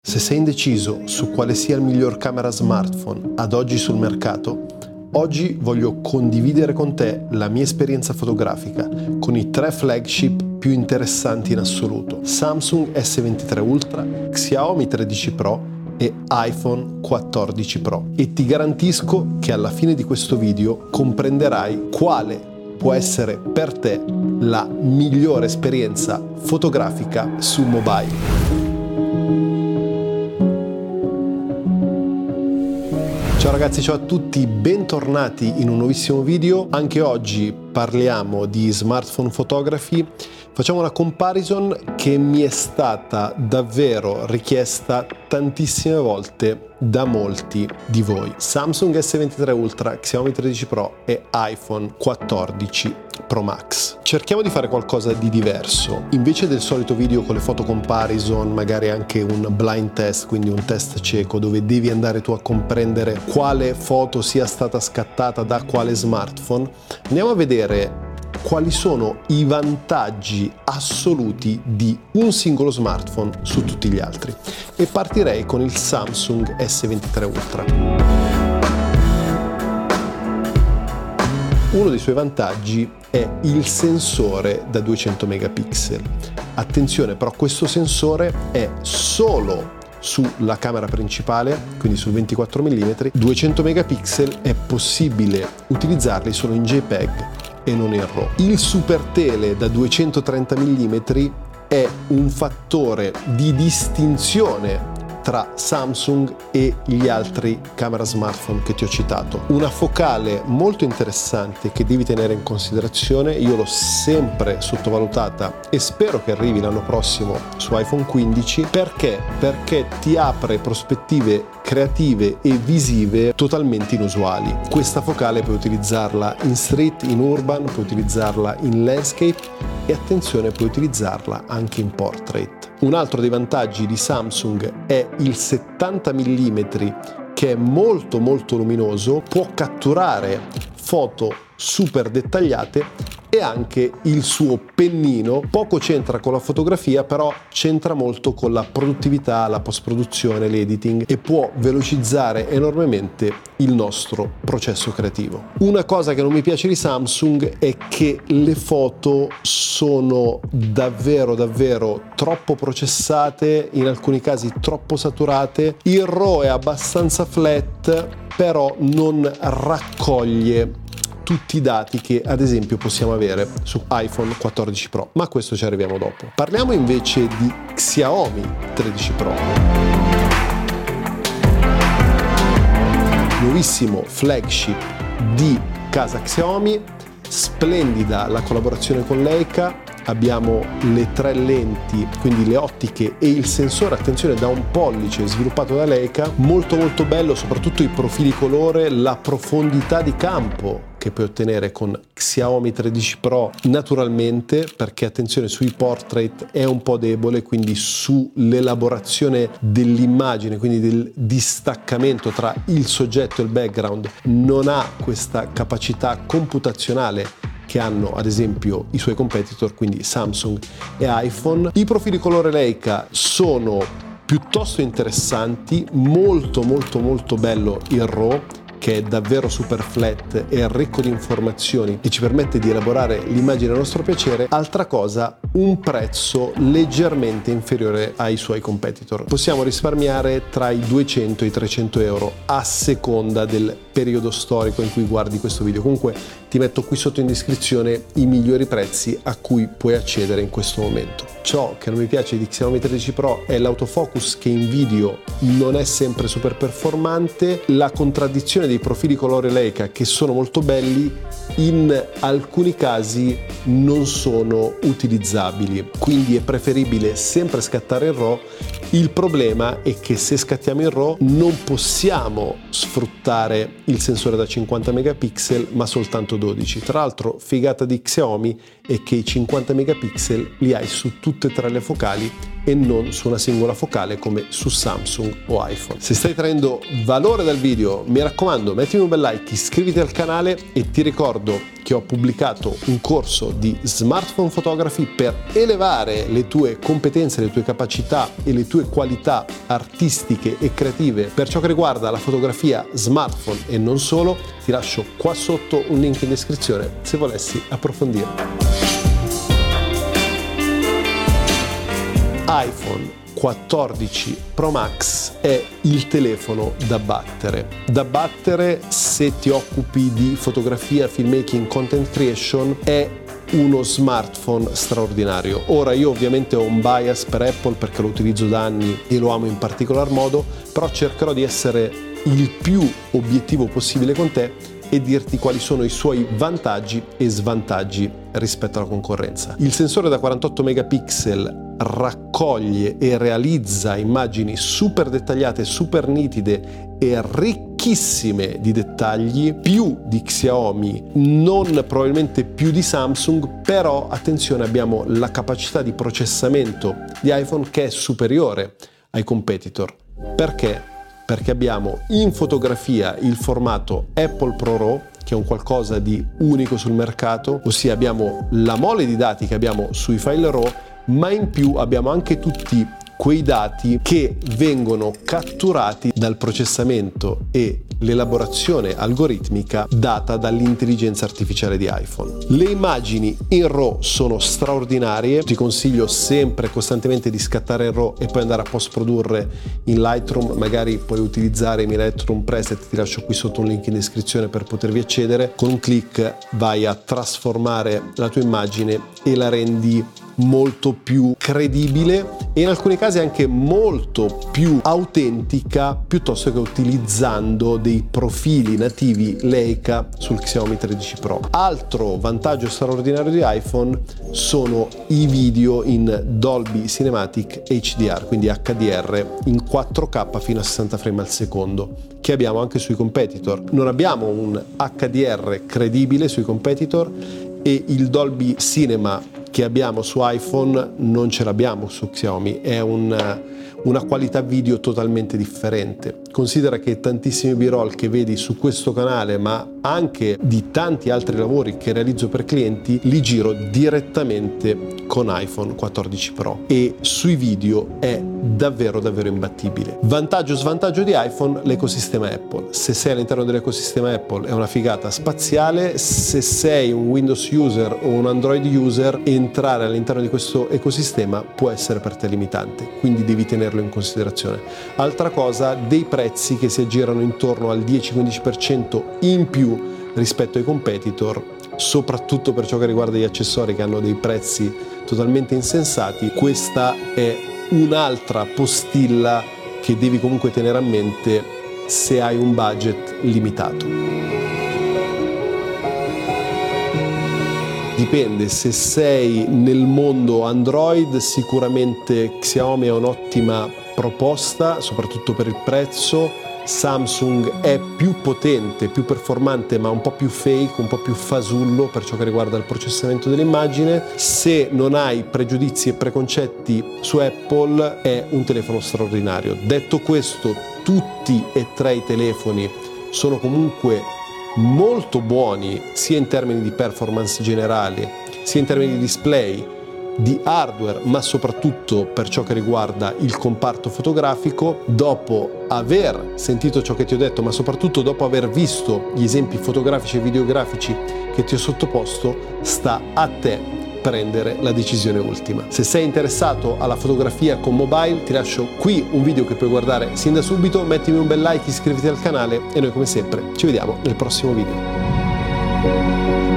Se sei indeciso su quale sia il miglior camera smartphone ad oggi sul mercato, oggi voglio condividere con te la mia esperienza fotografica con i 3 flagship più interessanti in assoluto: Samsung S23 Ultra, Xiaomi 13 Pro e iPhone 14 Pro. E ti garantisco che alla fine di questo video comprenderai quale può essere per te la migliore esperienza fotografica su mobile. Ciao ragazzi, ciao a tutti, bentornati in un nuovissimo video. Anche oggi parliamo di smartphone photography. Facciamo una comparison che mi è stata davvero richiesta tantissime volte da molti di voi. Samsung S23 Ultra, Xiaomi 13 Pro e iPhone 14 Pro Max. Cerchiamo di fare qualcosa di diverso. Invece del solito video con le foto comparison, magari anche un blind test, quindi un test cieco dove devi andare tu a comprendere quale foto sia stata scattata da quale smartphone, andiamo a vedere quali sono i vantaggi assoluti di un singolo smartphone su tutti gli altri. E partirei con il Samsung S23 Ultra. Uno dei suoi vantaggi è il sensore da 200 megapixel. Attenzione, però questo sensore è solo sulla camera principale, quindi sul 24 mm, 200 megapixel è possibile utilizzarli solo in JPEG e non in RAW. Il super tele da 230 mm è un fattore di distinzione tra Samsung e gli altri camera smartphone che ti ho citato. Una focale molto interessante che devi tenere in considerazione, io l'ho sempre sottovalutata e spero che arrivi l'anno prossimo su iPhone 15, perché ti apre prospettive creative e visive totalmente inusuali. Questa focale puoi utilizzarla in street, in urban, puoi utilizzarla in landscape e attenzione, puoi utilizzarla anche in portrait. Un altro dei vantaggi di Samsung è il 70 mm che è molto luminoso, può catturare foto super dettagliate, e anche il suo pennino poco c'entra con la fotografia, però c'entra molto con la produttività, la post-produzione, l'editing, e può velocizzare enormemente il nostro processo creativo. Una cosa che non mi piace di Samsung è che le foto sono davvero troppo processate, in alcuni casi troppo saturate. Il RAW è abbastanza flat, però non raccoglie tutti i dati che ad esempio possiamo avere su iPhone 14 Pro, ma a questo ci arriviamo dopo. Parliamo invece di Xiaomi 13 Pro. Nuovissimo flagship di casa Xiaomi, splendida la collaborazione con Leica. Abbiamo le 3 lenti, quindi le ottiche e il sensore, attenzione, da 1 pollice sviluppato da Leica, molto bello, soprattutto i profili colore, la profondità di campo che puoi ottenere con Xiaomi 13 Pro naturalmente, perché attenzione, sui portrait è un po' debole, quindi sull'elaborazione dell'immagine, quindi del distaccamento tra il soggetto e il background, non ha questa capacità computazionale che hanno ad esempio i suoi competitor, quindi Samsung e iPhone. I profili colore Leica sono piuttosto interessanti, molto bello il RAW, che è davvero super flat e ricco di informazioni e ci permette di elaborare l'immagine a nostro piacere. Altra cosa, un prezzo leggermente inferiore ai suoi competitor. Possiamo risparmiare tra i 200 e i 300 euro a seconda del periodo storico in cui guardi questo video. Comunque ti metto qui sotto in descrizione i migliori prezzi a cui puoi accedere in questo momento. Ciò che non mi piace di Xiaomi 13 Pro è l'autofocus, che in video non è sempre super performante, la contraddizione dei profili colore Leica che sono molto belli, in alcuni casi non sono utilizzabili, quindi è preferibile sempre scattare in RAW. Il problema è che se scattiamo in RAW non possiamo sfruttare il sensore da 50 megapixel ma soltanto 12. Tra l'altro, figata di Xiaomi è che i 50 megapixel li hai su tutte e 3 le focali e non su una singola focale come su Samsung o iPhone. Se stai traendo valore dal video, mi raccomando, mettimi un bel like, iscriviti al canale e ti ricordo che ho pubblicato un corso di smartphone photography per elevare le tue competenze, le tue capacità e le tue qualità artistiche e creative per ciò che riguarda la fotografia smartphone e non solo. Ti lascio qua sotto un link in descrizione se volessi approfondire. iPhone 14 Pro Max è il telefono da battere se ti occupi di fotografia, filmmaking, content creation. È uno smartphone straordinario. Ora io ovviamente ho un bias per Apple perché lo utilizzo da anni e lo amo in particolar modo, però cercherò di essere il più obiettivo possibile con te e dirti quali sono i suoi vantaggi e svantaggi rispetto alla concorrenza. Il sensore da 48 megapixel raccoglie e realizza immagini super dettagliate, super nitide e ricchissime di dettagli, più di Xiaomi, non probabilmente più di Samsung, però attenzione, abbiamo la capacità di processamento di iPhone che è superiore ai competitor. Perché? Perché abbiamo in fotografia il formato Apple ProRAW, che è un qualcosa di unico sul mercato, ossia abbiamo la mole di dati che abbiamo sui file RAW, ma in più abbiamo anche tutti quei dati che vengono catturati dal processamento e l'elaborazione algoritmica data dall'intelligenza artificiale di iPhone. Le immagini in RAW sono straordinarie, ti consiglio sempre e costantemente di scattare in RAW e poi andare a post produrre in Lightroom, magari puoi utilizzare i miei Lightroom preset, ti lascio qui sotto un link in descrizione per potervi accedere. Con un click vai a trasformare la tua immagine e la rendi molto più credibile e in alcuni casi anche molto più autentica, piuttosto che utilizzando dei profili nativi Leica sul Xiaomi 13 Pro. Altro vantaggio straordinario di iPhone sono i video in Dolby Cinematic HDR, quindi HDR in 4K fino a 60 frame al secondo, che abbiamo anche sui competitor. Non abbiamo un HDR credibile sui competitor e il Dolby Cinema che abbiamo su iPhone non ce l'abbiamo su Xiaomi, è una qualità video totalmente differente. Considera che tantissimi b-roll che vedi su questo canale, ma anche di tanti altri lavori che realizzo per clienti, li giro direttamente con iPhone 14 Pro e sui video è davvero imbattibile. Vantaggio svantaggio di iPhone: l'ecosistema Apple. Se sei all'interno dell'ecosistema Apple è una figata spaziale, se sei un Windows user o un Android user entrare all'interno di questo ecosistema può essere per te limitante, quindi devi tenerlo in considerazione. Altra cosa, dei prezzi che si aggirano intorno al 10-15% in più rispetto ai competitor, soprattutto per ciò che riguarda gli accessori che hanno dei prezzi totalmente insensati. Questa è un'altra postilla che devi comunque tenere a mente se hai un budget limitato. Dipende, se sei nel mondo Android sicuramente Xiaomi è un'ottima proposta, soprattutto per il prezzo. Samsung è più potente, più performante, ma un po' più fake, un po' più fasullo per ciò che riguarda il processamento dell'immagine. Se non hai pregiudizi e preconcetti su Apple è un telefono straordinario. Detto questo, tutti e tre i telefoni sono comunque molto buoni sia in termini di performance generale, sia in termini di display, di hardware, ma soprattutto per ciò che riguarda il comparto fotografico. Dopo aver sentito ciò che ti ho detto, ma soprattutto dopo aver visto gli esempi fotografici e videografici che ti ho sottoposto, sta a te prendere la decisione ultima. Se sei interessato alla fotografia con mobile, ti lascio qui un video che puoi guardare sin da subito, mettimi un bel like, iscriviti al canale e noi come sempre ci vediamo nel prossimo video.